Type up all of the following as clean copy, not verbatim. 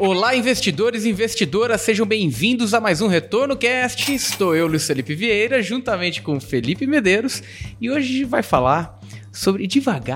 Olá, investidores e investidoras, sejam bem-vindos a mais um Retorno Cast. Estou eu, Luiz Felipe Vieira, juntamente com Felipe Medeiros, e hoje a gente vai falar sobre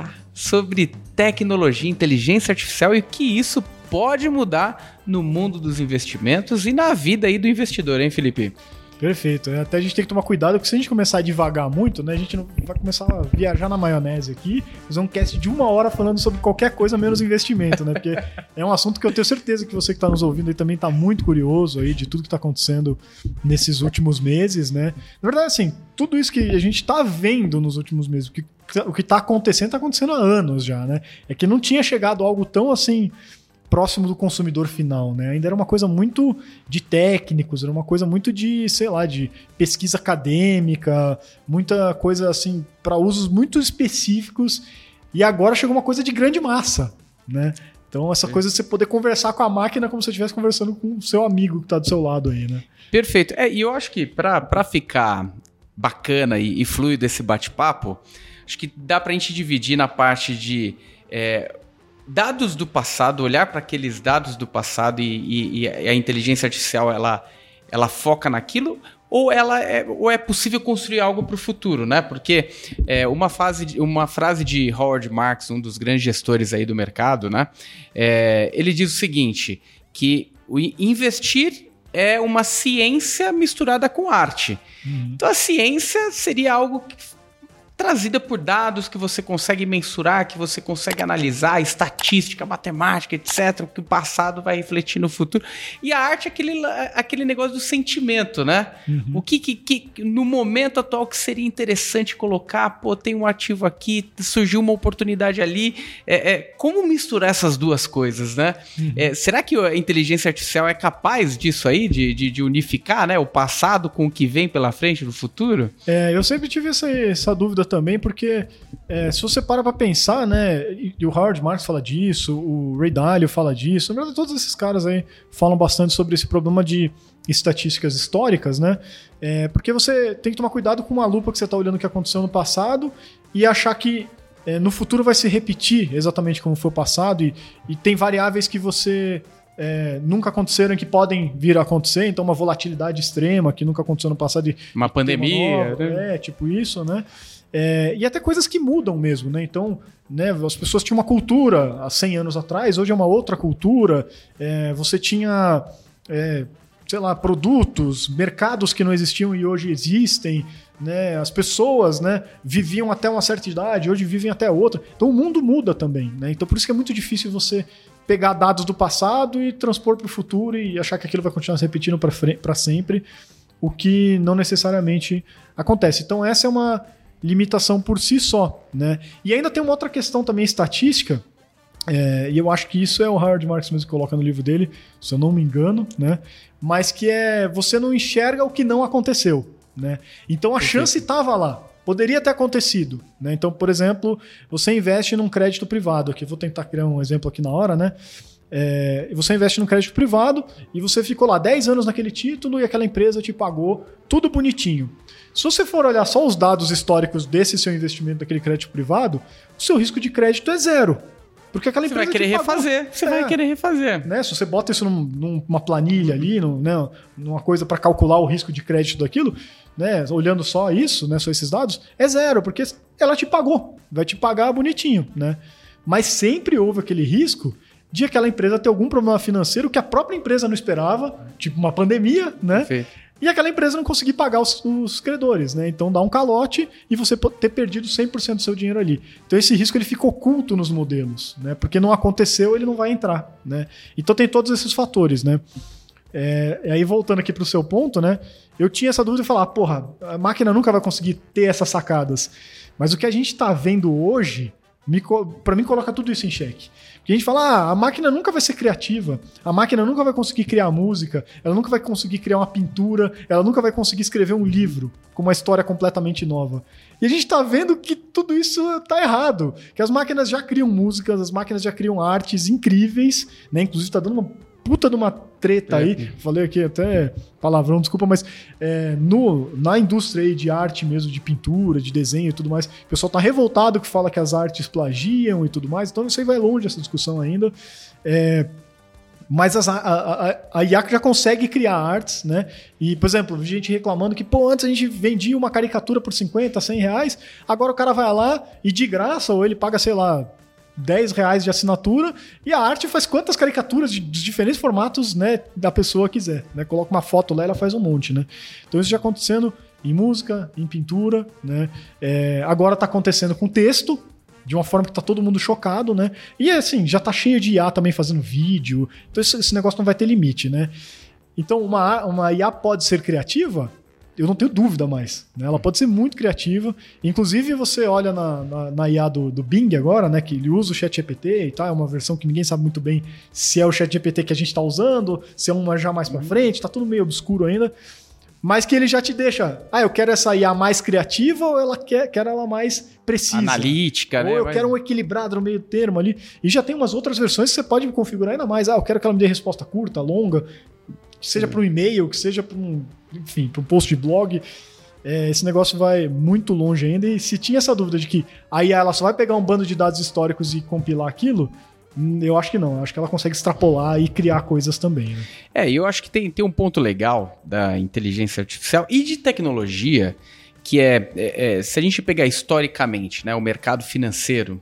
tecnologia, inteligência artificial e o que isso pode mudar no mundo dos investimentos e na vida aí do investidor, hein, Felipe? Perfeito. Até a gente tem que tomar cuidado, porque se a gente começar a devagar muito, né, a gente não vai começar a viajar na maionese aqui, fazer um cast de 1 hora falando sobre qualquer coisa menos investimento, né? Porque é um assunto que eu tenho certeza que você que está nos ouvindo aí também está muito curioso aí de tudo que está acontecendo nesses últimos meses, né? Na verdade, assim, tudo isso que a gente está vendo nos últimos meses, o que está acontecendo há anos já, né? É que não tinha chegado algo tão assim próximo do consumidor final, né? Ainda era uma coisa muito de técnicos, era uma coisa muito de, sei lá, de pesquisa acadêmica, muita coisa assim para usos muito específicos, e agora chegou uma coisa de grande massa, né? Então essa coisa de você poder conversar com a máquina como se você estivesse conversando com o seu amigo que está do seu lado aí, né? Perfeito. E eu acho que para ficar bacana e fluido esse bate-papo, acho que dá para a gente dividir na parte de dados do passado, olhar para aqueles dados do passado e a inteligência artificial ela foca naquilo, ou é possível construir algo para o futuro, né? Porque uma frase de Howard Marks, um dos grandes gestores aí do mercado, né? Ele diz o seguinte, que o investir é uma ciência misturada com arte. Então a ciência seria algo trazida por dados que você consegue mensurar, que você consegue analisar, estatística, matemática, etc., que o passado vai refletir no futuro. E a arte é aquele negócio do sentimento, né? O que no momento atual que seria interessante colocar, tem um ativo aqui, surgiu uma oportunidade ali. Como misturar essas duas coisas, né? Será que a inteligência artificial é capaz disso aí, de unificar, né, o passado com o que vem pela frente no futuro? Eu sempre tive essa dúvida também, porque se você para pensar, né, e o Howard Marks fala disso, o Ray Dalio fala disso, na verdade todos esses caras aí falam bastante sobre esse problema de estatísticas históricas, né, porque você tem que tomar cuidado com uma lupa que você está olhando o que aconteceu no passado e achar que no futuro vai se repetir exatamente como foi o passado, e tem variáveis que você nunca aconteceram, que podem vir a acontecer, então uma volatilidade extrema que nunca aconteceu no passado. Uma pandemia. Né? Tipo isso, né? E até coisas que mudam mesmo, né? Então, né, as pessoas tinham uma cultura há 100 anos atrás, hoje é uma outra cultura. Você tinha, sei lá, produtos, mercados que não existiam e hoje existem, né? As pessoas, né, viviam até uma certa idade, hoje vivem até outra. Então o mundo muda também, né? Então por isso que é muito difícil você pegar dados do passado e transpor para o futuro e achar que aquilo vai continuar se repetindo para sempre, o que não necessariamente acontece. Então essa é uma limitação por si só, né? E ainda tem uma outra questão também estatística, e eu acho que isso é o Howard Marks mesmo que coloca no livro dele, se eu não me engano, né? Mas que você não enxerga o que não aconteceu, né? Então a chance estava lá, poderia ter acontecido, né? Então, por exemplo, você investe num crédito privado, aqui vou tentar criar um exemplo aqui na hora, né? Você investe num crédito privado e você ficou lá 10 anos naquele título e aquela empresa te pagou tudo bonitinho. Se você for olhar só os dados históricos desse seu investimento daquele crédito privado, o seu risco de crédito é zero. Porque aquela empresa vai querer refazer. Você vai querer refazer. Né? Se você bota isso numa planilha ali, numa coisa para calcular o risco de crédito daquilo, né? Olhando só isso, né? Só esses dados, é zero, porque ela te pagou. Vai te pagar bonitinho, né? Mas sempre houve aquele risco de aquela empresa ter algum problema financeiro que a própria empresa não esperava, tipo uma pandemia, né? Perfeito. E aquela empresa não conseguir pagar os credores, né? Então dá um calote e você ter perdido 100% do seu dinheiro ali. Então esse risco ele fica oculto nos modelos, né? Porque não aconteceu, ele não vai entrar, né? Então tem todos esses fatores, né? E aí voltando aqui para o seu ponto, né? Eu tinha essa dúvida de falar, a máquina nunca vai conseguir ter essas sacadas. Mas o que a gente está vendo hoje, para mim, coloca tudo isso em xeque. Porque a gente fala, a máquina nunca vai ser criativa, a máquina nunca vai conseguir criar música, ela nunca vai conseguir criar uma pintura, ela nunca vai conseguir escrever um livro com uma história completamente nova. E a gente está vendo que tudo isso está errado, que as máquinas já criam músicas, as máquinas já criam artes incríveis, né? Inclusive está dando uma puta de uma treta aí, falei aqui até palavrão, desculpa, mas na indústria aí de arte mesmo, de pintura, de desenho e tudo mais, o pessoal tá revoltado que fala que as artes plagiam e tudo mais, então isso aí vai longe essa discussão ainda. Mas a IA já consegue criar artes, né? E, por exemplo, gente reclamando que, antes a gente vendia uma caricatura por 50, 100 reais, agora o cara vai lá e de graça, ou ele paga, sei lá, 10 reais de assinatura, e a arte faz quantas caricaturas de diferentes formatos, né, da pessoa quiser, né? Coloca uma foto lá e ela faz um monte, né? Então isso já acontecendo em música, em pintura, né? Agora está acontecendo com texto, de uma forma que tá todo mundo chocado, né? E assim, já tá cheio de IA também fazendo vídeo, então esse negócio não vai ter limite, né? Então uma IA pode ser criativa? Eu não tenho dúvida mais, né? Ela pode ser muito criativa. Inclusive, você olha na IA do Bing agora, né? Que ele usa o ChatGPT e tal. É uma versão que ninguém sabe muito bem se é o ChatGPT que a gente tá usando, se é uma já mais pra frente. Tá tudo meio obscuro ainda. Mas que ele já te deixa... eu quero essa IA mais criativa ou ela quero ela mais precisa? Analítica, né? Ou eu quero um equilibrado no meio termo ali. E já tem umas outras versões que você pode configurar ainda mais. Eu quero que ela me dê resposta curta, longa, que seja para um e-mail, que seja para um post de blog. Esse negócio vai muito longe ainda. E se tinha essa dúvida de que a IA ela só vai pegar um bando de dados históricos e compilar aquilo, eu acho que não. Eu acho que ela consegue extrapolar e criar coisas também. Né? Eu acho que tem um ponto legal da inteligência artificial e de tecnologia, que se a gente pegar historicamente, né, o mercado financeiro,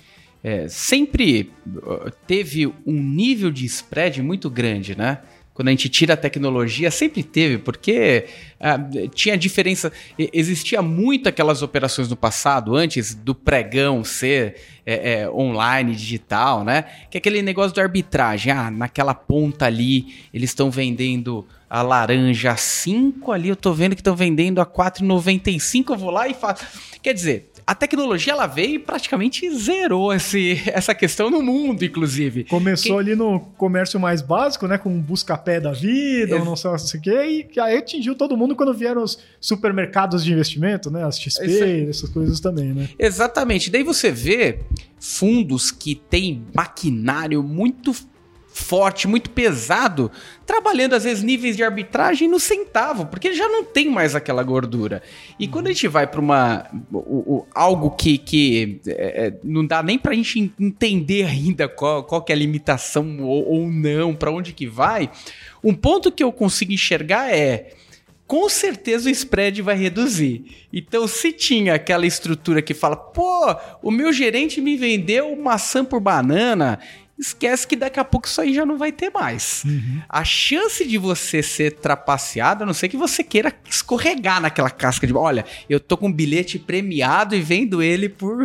sempre teve um nível de spread muito grande, né? Quando a gente tira a tecnologia, sempre teve, porque tinha diferença. Existia muito aquelas operações no passado, antes do pregão ser online, digital, né? Que é aquele negócio de arbitragem. Naquela ponta ali, eles estão vendendo a laranja a 5, ali eu tô vendo que estão vendendo a 4,95, eu vou lá e faço. Quer dizer, a tecnologia ela veio e praticamente zerou essa questão no mundo, inclusive. Começou ali no comércio mais básico, né? Com um busca-pé da vida, ou não sei o que, e aí atingiu todo mundo quando vieram os supermercados de investimento, né? As XP, essas coisas também, né? Exatamente. Daí você vê fundos que têm maquinário muito forte, muito pesado, trabalhando às vezes níveis de arbitragem no centavo, porque já não tem mais aquela gordura. E quando a gente vai para algo que não dá nem para a gente entender ainda qual que é a limitação ou não, para onde que vai, um ponto que eu consigo enxergar com certeza o spread vai reduzir. Então, se tinha aquela estrutura que fala, o meu gerente me vendeu maçã por banana, esquece que daqui a pouco isso aí já não vai ter mais. Uhum. A chance de você ser trapaceado, a não ser que você queira escorregar naquela casca de... Olha, eu tô com um bilhete premiado e vendo ele por...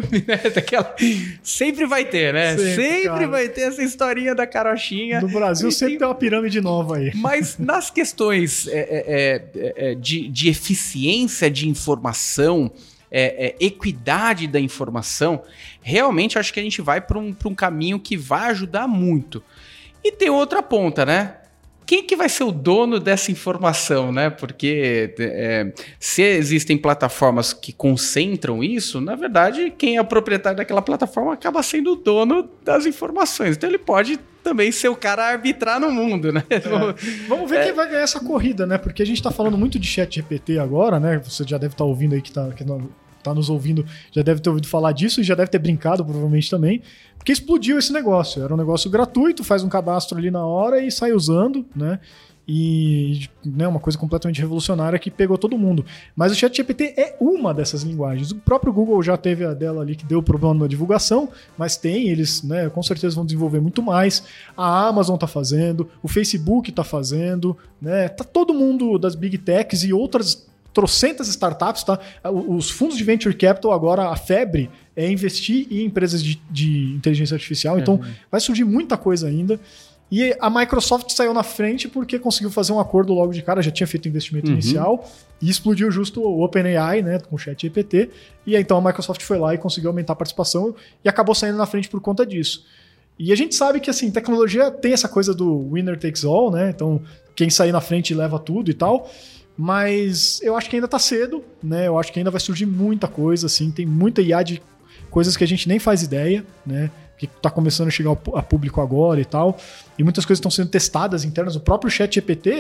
Sempre vai ter, né? Sempre vai ter essa historinha da carochinha. No Brasil sempre tem uma pirâmide nova aí. Mas nas questões de eficiência de informação... equidade da informação, realmente acho que a gente vai para um caminho que vai ajudar muito. E tem outra ponta, né? Quem que vai ser o dono dessa informação, né? Porque se existem plataformas que concentram isso, na verdade, quem é o proprietário daquela plataforma acaba sendo o dono das informações. Então ele pode também ser o cara a arbitrar no mundo, né? Vamos ver quem vai ganhar essa corrida, né? Porque a gente tá falando muito de ChatGPT agora, né? Você já deve estar ouvindo aí que tá nos ouvindo, já deve ter ouvido falar disso e já deve ter brincado provavelmente também, porque explodiu esse negócio. Era um negócio gratuito, faz um cadastro ali na hora e sai usando, né? E uma coisa completamente revolucionária que pegou todo mundo. Mas o ChatGPT é uma dessas linguagens. O próprio Google já teve a dela ali que deu problema na divulgação, mas eles, né, com certeza vão desenvolver muito mais. A Amazon tá fazendo, o Facebook tá fazendo, né? Tá todo mundo das Big Techs e outras trocentas startups, tá? Os fundos de Venture Capital agora, a febre é investir em empresas de inteligência artificial, então vai surgir muita coisa ainda. E a Microsoft saiu na frente porque conseguiu fazer um acordo logo de cara, já tinha feito investimento inicial e explodiu justo o OpenAI, né, com o ChatGPT, e aí, então a Microsoft foi lá e conseguiu aumentar a participação e acabou saindo na frente por conta disso. E a gente sabe que assim, tecnologia tem essa coisa do winner takes all, né? Então quem sair na frente leva tudo e tal. Mas eu acho que ainda tá cedo, né? Eu acho que ainda vai surgir muita coisa, assim, tem muita IA de coisas que a gente nem faz ideia, né? Que tá começando a chegar a público agora e tal. E muitas coisas estão sendo testadas internas. O próprio ChatGPT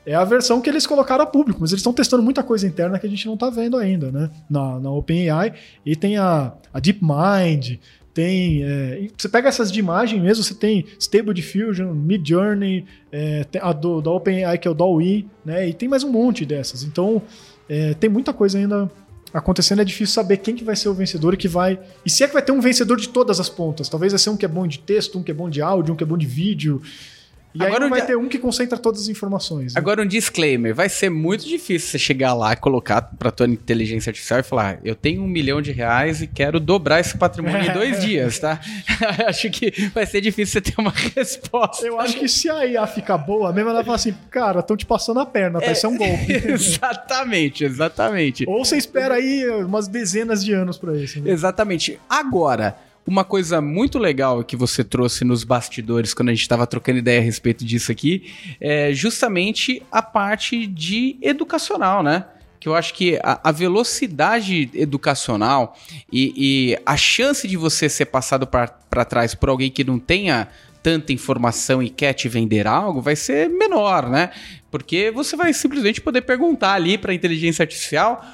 é a versão que eles colocaram a público, mas eles estão testando muita coisa interna que a gente não está vendo ainda, né? Na OpenAI. E tem a DeepMind, você pega essas de imagem mesmo, você tem Stable Diffusion, Midjourney, tem a da OpenAI, que é o DALL-E, né? E tem mais um monte dessas. Então, tem muita coisa ainda acontecendo, é difícil saber quem que vai ser o vencedor e se é que vai ter um vencedor de todas as pontas. Talvez vai ser um que é bom de texto, um que é bom de áudio, um que é bom de vídeo. E agora aí não vai ter um que concentra todas as informações. Né? Agora um disclaimer, vai ser muito difícil você chegar lá e colocar pra tua inteligência artificial e falar, eu tenho R$1 milhão e quero dobrar esse patrimônio em 2 dias, tá? Acho que vai ser difícil você ter uma resposta. Eu acho que se a IA ficar boa, mesmo ela fala assim, cara, estão te passando a perna, tá? Isso é um golpe. Exatamente. Ou você espera aí umas dezenas de anos pra isso. Né? Exatamente. Agora, uma coisa muito legal que você trouxe nos bastidores, quando a gente estava trocando ideia a respeito disso aqui, é justamente a parte de educacional, né? Que eu acho que a velocidade educacional e a chance de você ser passado para trás por alguém que não tenha tanta informação e quer te vender algo vai ser menor, né? Porque você vai simplesmente poder perguntar ali para a inteligência artificial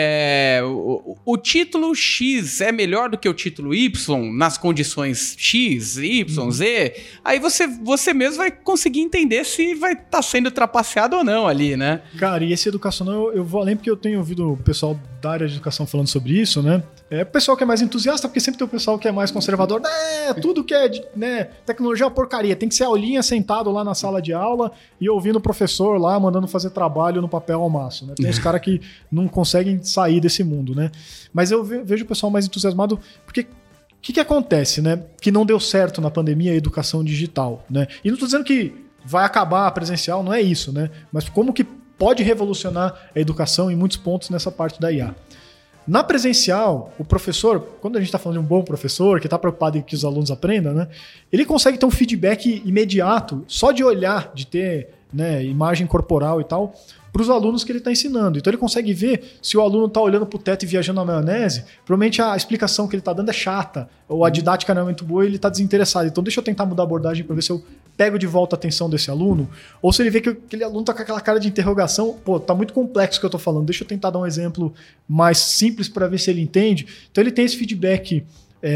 o título X é melhor do que o título Y nas condições X, Y, Z. Aí você mesmo vai conseguir entender se vai estar sendo trapaceado ou não ali, né? Cara, e esse educacional, eu vou além porque eu tenho ouvido o pessoal da área de educação falando sobre isso, né? O pessoal que é mais entusiasta, porque sempre tem o pessoal que é mais conservador. Tudo que é tecnologia é uma porcaria. Tem que ser aulinha sentado lá na sala de aula e ouvindo o professor lá, mandando fazer trabalho no papel ao maço, né? Tem os caras que não conseguem sair desse mundo, né? Mas eu vejo o pessoal mais entusiasmado porque o que acontece, né? Que não deu certo na pandemia a educação digital, né? E não estou dizendo que vai acabar a presencial, não é isso, né? Mas como que pode revolucionar a educação em muitos pontos nessa parte da IA. Na presencial, o professor, quando a gente está falando de um bom professor, que está preocupado em que os alunos aprendam, né? Ele consegue ter um feedback imediato, só de olhar, de ter imagem corporal e tal, para os alunos que ele está ensinando. Então ele consegue ver se o aluno está olhando para o teto e viajando na maionese, provavelmente a explicação que ele está dando é chata, ou a didática não é muito boa e ele está desinteressado. Então deixa eu tentar mudar a abordagem para ver se eu pego de volta a atenção desse aluno, ou se ele vê que aquele aluno está com aquela cara de interrogação, tá muito complexo o que eu estou falando, deixa eu tentar dar um exemplo mais simples para ver se ele entende. Então ele tem esse feedback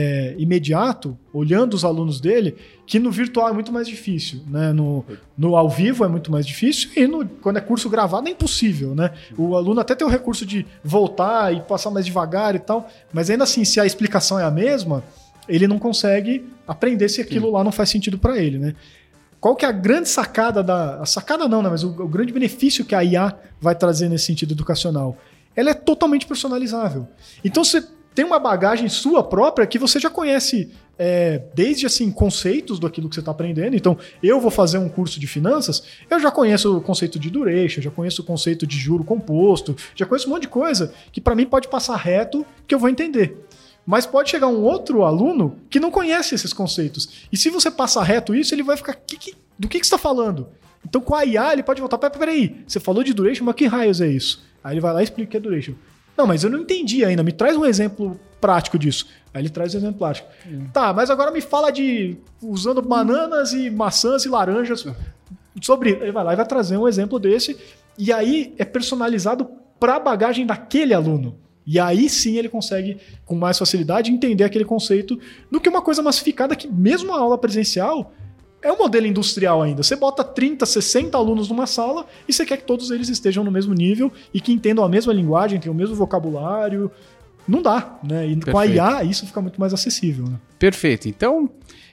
imediato, olhando os alunos dele, que no virtual é muito mais difícil, né? No ao vivo é muito mais difícil e quando é curso gravado é impossível, né? O aluno até tem o recurso de voltar e passar mais devagar e tal, mas ainda assim, se a explicação é a mesma, ele não consegue aprender se aquilo lá não faz sentido para ele, né? Qual que é a grande sacada a sacada não, né? Mas o grande benefício que a IA vai trazer nesse sentido educacional? Ela é totalmente personalizável. Então, você tem uma bagagem sua própria que você já conhece desde assim, conceitos daquilo que você está aprendendo. Então, eu vou fazer um curso de finanças, eu já conheço o conceito de duration, já conheço o conceito de juro composto, já conheço um monte de coisa que para mim pode passar reto que eu vou entender. Mas pode chegar um outro aluno que não conhece esses conceitos. E se você passar reto isso, ele vai ficar, do que você está falando? Então, com a IA, ele pode voltar, peraí, você falou de duration, mas que raios é isso? Aí ele vai lá e explica o que é duration. Não, mas eu não entendi ainda, me traz um exemplo prático disso. Aí ele traz o exemplo prático. Tá, mas agora me fala usando bananas e maçãs e laranjas sobre... Ele vai lá e vai trazer um exemplo desse, e aí é personalizado para a bagagem daquele aluno. E aí sim ele consegue, com mais facilidade, entender aquele conceito do que uma coisa massificada que mesmo a aula presencial é um modelo industrial ainda. Você bota 30, 60 alunos numa sala e você quer que todos eles estejam no mesmo nível e que entendam a mesma linguagem, tenham o mesmo vocabulário. Não dá, né? E Perfeito. Com a IA isso fica muito mais acessível, né? Perfeito. Então,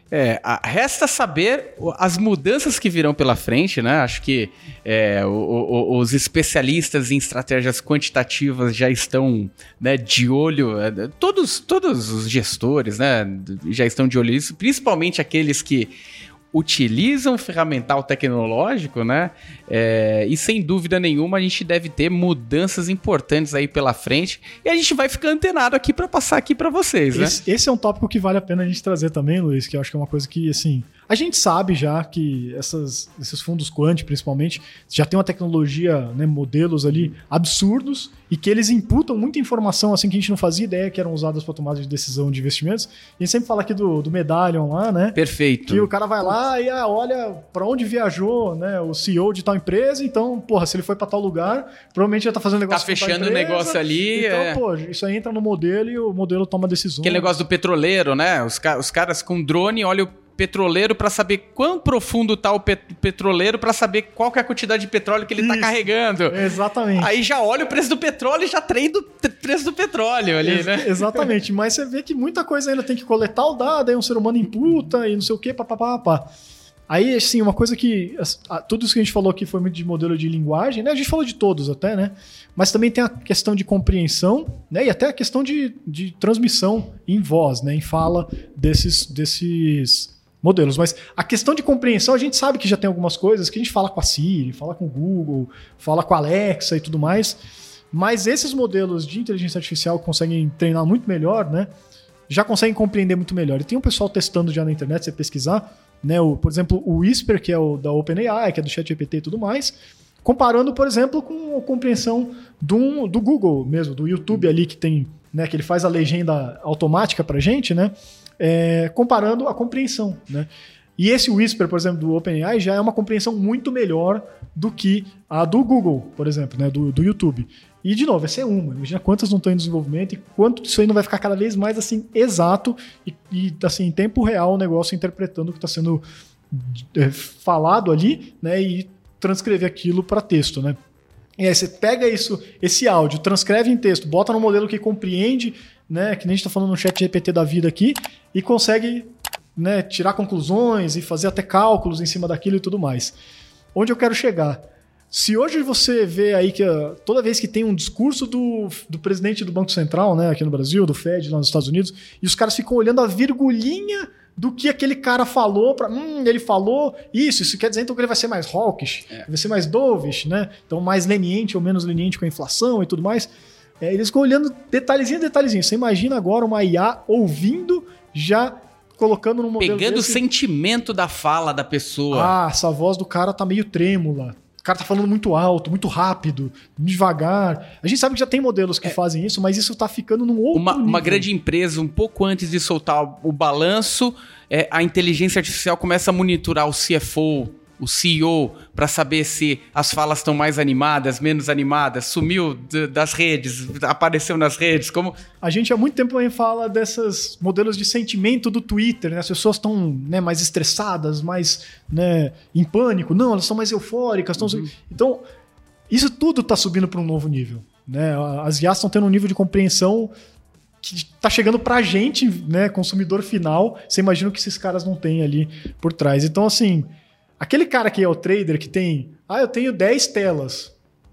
resta saber as mudanças que virão pela frente, né? Acho que os especialistas em estratégias quantitativas já estão, né, de olho, todos os gestores, né, já estão de olho nisso, principalmente aqueles que utilizam ferramental tecnológico, né? E sem dúvida nenhuma a gente deve ter mudanças importantes aí pela frente e a gente vai ficar antenado aqui para passar aqui para vocês, né? Esse é um tópico que vale a pena a gente trazer também, Luiz, que eu acho que é uma coisa que, assim, a gente sabe já que esses fundos quant, principalmente, já tem uma tecnologia, né, modelos ali absurdos e que eles imputam muita informação assim que a gente não fazia ideia que eram usadas para tomada de decisão de investimentos. A gente sempre fala aqui do Medallion lá, né? Perfeito. Que o cara vai lá e olha para onde viajou, né, o CEO de tal empresa, então, porra, se ele foi para tal lugar, provavelmente já tá fazendo negócio com tal empresa. Tá fechando o negócio ali. Então, pô, isso aí entra no modelo e o modelo toma decisão. Aquele negócio do petroleiro, né? Os caras com drone olham o petroleiro para saber quão profundo tá o petroleiro, para saber qual que é a quantidade de petróleo que ele tá carregando. Exatamente. Aí já olha o preço do petróleo e já treina o preço do petróleo ali, né? Exatamente. Mas você vê que muita coisa ainda tem que coletar o dado, aí um ser humano imputa e não sei o quê, papapá. Aí, assim, uma coisa que... Tudo isso que a gente falou aqui foi muito de modelo de linguagem, né? A gente falou de todos até, né? Mas também tem a questão de compreensão, né? E até a questão de transmissão em voz, né? Em fala desses modelos. Mas a questão de compreensão, a gente sabe que já tem algumas coisas que a gente fala com a Siri, fala com o Google, fala com a Alexa e tudo mais. Mas esses modelos de inteligência artificial que conseguem treinar muito melhor, né? Já conseguem compreender muito melhor. E tem um pessoal testando já na internet, se você pesquisar, né? Por exemplo, o Whisper, que é o da OpenAI, que é do ChatGPT e tudo mais, comparando, por exemplo, com a compreensão do Google mesmo, do YouTube ali que tem, né? Que ele faz a legenda automática pra gente, né? Comparando a compreensão, né? E esse Whisper, por exemplo, do OpenAI já é uma compreensão muito melhor do que a do Google, por exemplo, né? Do YouTube. E, de novo, essa é uma. Imagina quantas não estão em desenvolvimento e quanto isso aí não vai ficar cada vez mais assim, exato e assim, em tempo real o negócio interpretando o que está sendo falado ali, né? E transcrever aquilo para texto, né? E aí você pega esse áudio, transcreve em texto, bota no modelo que compreende, né? Que nem a gente está falando no ChatGPT da vida aqui, e consegue, né, tirar conclusões e fazer até cálculos em cima daquilo e tudo mais. Onde eu quero chegar? Se hoje você vê aí que toda vez que tem um discurso do presidente do Banco Central, né, aqui no Brasil, do Fed lá nos Estados Unidos, e os caras ficam olhando a virgulinha do que aquele cara falou, ele falou isso quer dizer então que ele vai ser mais hawkish, vai ser mais dovish, né? Então mais leniente ou menos leniente com a inflação e tudo mais. Eles ficam olhando detalhezinho. Você imagina agora uma IA ouvindo, já colocando no modelo pegando o sentimento da fala da pessoa. Essa voz do cara tá meio trêmula. O cara tá falando muito alto, muito rápido, devagar. A gente sabe que já tem modelos que fazem isso, mas isso tá ficando num outro nível. Uma grande empresa, um pouco antes de soltar o balanço, a inteligência artificial começa a monitorar o CFO, o CEO, para saber se as falas estão mais animadas, menos animadas, sumiu das redes, apareceu nas redes, como... A gente há muito tempo também fala desses modelos de sentimento do Twitter, né? As pessoas estão, né, mais estressadas, mais, né, em pânico. Não, elas estão mais eufóricas. Então, isso tudo está subindo para um novo nível, né? As IAs estão tendo um nível de compreensão que está chegando para a gente, né, consumidor final. Você imagina o que esses caras não têm ali por trás. Então, assim... Aquele cara que é o trader que tem... eu tenho 10 telas.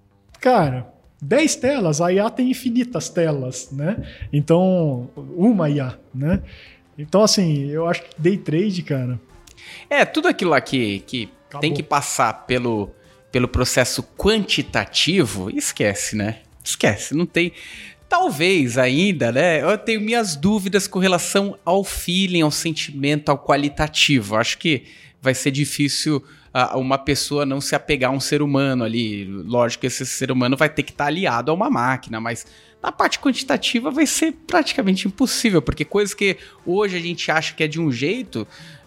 Cara, 10 telas, a IA tem infinitas telas, né? Então, uma IA, né? Então, assim, eu acho que day trade, cara... tudo aquilo lá que tem que passar pelo processo quantitativo, esquece, né? Esquece, não tem... Talvez ainda, né? Eu tenho minhas dúvidas com relação ao feeling, ao sentimento, ao qualitativo. Acho que vai ser difícil uma pessoa não se apegar a um ser humano ali. Lógico que esse ser humano vai ter que estar aliado a uma máquina, mas na parte quantitativa vai ser praticamente impossível, porque coisas que hoje a gente acha que é de um jeito,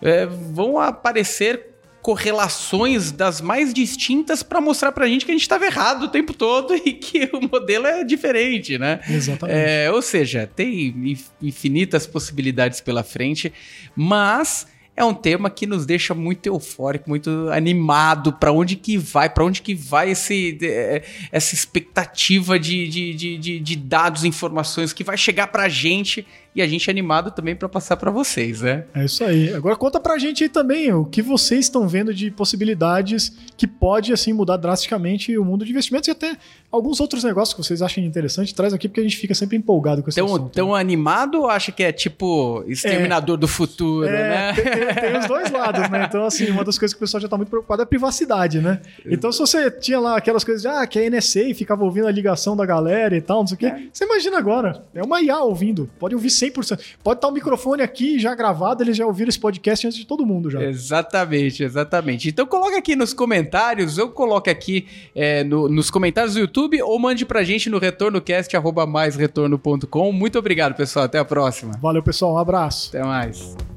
vão aparecer correlações das mais distintas para mostrar pra gente que a gente estava errado o tempo todo e que o modelo é diferente, né? Exatamente. Ou seja, tem infinitas possibilidades pela frente, mas é um tema que nos deixa muito eufórico, muito animado. Para onde que vai essa expectativa de dados, informações que vai chegar pra gente, e a gente é animado também para passar para vocês, né? É isso aí. Agora conta pra gente aí também o que vocês estão vendo de possibilidades que pode, assim, mudar drasticamente o mundo de investimentos e até alguns outros negócios que vocês achem interessante. Traz aqui porque a gente fica sempre empolgado com esse assunto. Tão animado ou acha que é tipo Exterminador do Futuro, né? tem os dois lados, né? Então, assim, uma das coisas que o pessoal já tá muito preocupado é a privacidade, né? Então, se você tinha lá aquelas coisas de, que a NSA ficava ouvindo a ligação da galera e tal, não sei o quê, você imagina agora, é uma IA ouvindo, pode ouvir 100%. Pode estar o microfone aqui já gravado, eles já ouviram esse podcast antes de todo mundo já. Exatamente. Então, coloca aqui nos comentários, ou coloque aqui nos comentários do YouTube, ou mande pra gente no retornocast@maisretorno.com. Muito obrigado, pessoal. Até a próxima. Valeu, pessoal. Um abraço. Até mais.